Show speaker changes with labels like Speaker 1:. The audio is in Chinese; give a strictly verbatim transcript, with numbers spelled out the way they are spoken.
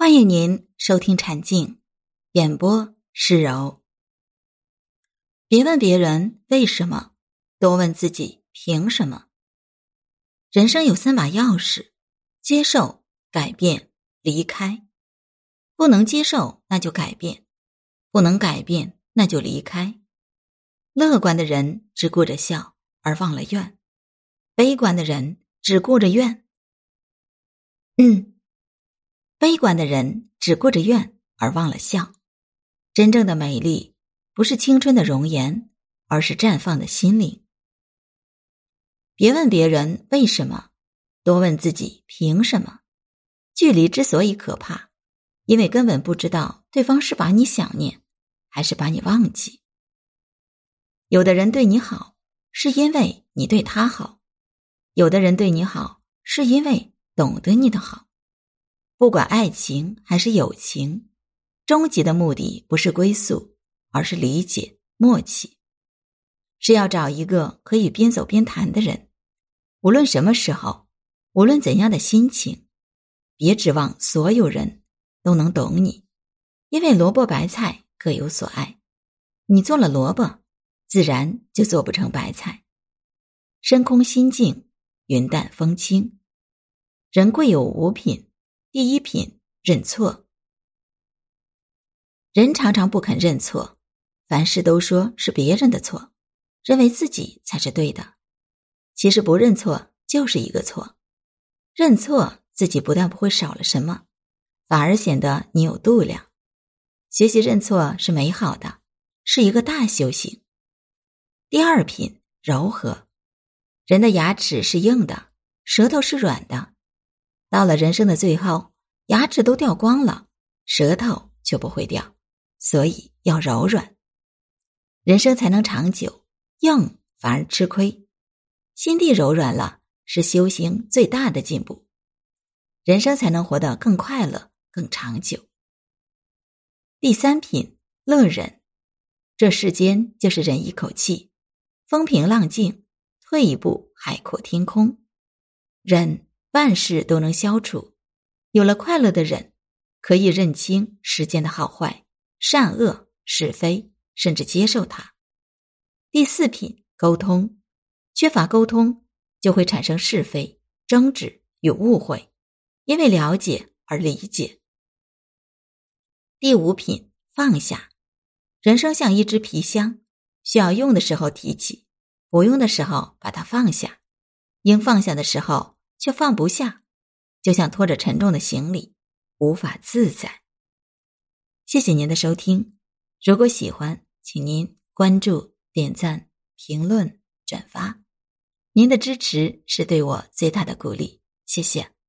Speaker 1: 欢迎您收听禅静，演播诗柔。别问别人为什么，多问自己凭什么。人生有三把钥匙：接受、改变、离开。不能接受，那就改变；不能改变，那就离开。乐观的人只顾着笑而忘了怨，悲观的人只顾着怨。嗯，悲观的人只顾着怨而忘了笑。真正的美丽不是青春的容颜，而是绽放的心灵。别问别人为什么，多问自己凭什么。距离之所以可怕，因为根本不知道对方是把你想念，还是把你忘记。有的人对你好，是因为你对他好；有的人对你好，是因为懂得你的好。不管爱情还是友情，终极的目的不是归宿，而是理解、默契。是要找一个可以边走边谈的人，无论什么时候，无论怎样的心情，别指望所有人都能懂你，因为萝卜白菜各有所爱，你做了萝卜，自然就做不成白菜。身空心静，云淡风轻。人贵有五品，第一品认错。人常常不肯认错，凡事都说是别人的错，认为自己才是对的。其实不认错就是一个错。认错自己不但不会少了什么，反而显得你有度量。学习认错是美好的，是一个大修行。第二品柔和。人的牙齿是硬的，舌头是软的。到了人生的最后，牙齿都掉光了，舌头却不会掉，所以要柔软。人生才能长久，硬反而吃亏。心地柔软了，是修行最大的进步。人生才能活得更快乐，更长久。第三品乐忍。这世间就是忍一口气，风平浪静，退一步海阔天空。忍，万事都能消除。有了快乐的忍，可以认清世间的好坏、善恶、是非，甚至接受它。第四品沟通。缺乏沟通，就会产生是非、争执与误会，因为了解而理解。第五品放下。人生像一只皮箱，需要用的时候提起，不用的时候把它放下。应放下的时候却放不下，就像拖着沉重的行李，无法自在。谢谢您的收听，如果喜欢，请您关注、点赞、评论、转发。您的支持是对我最大的鼓励，谢谢。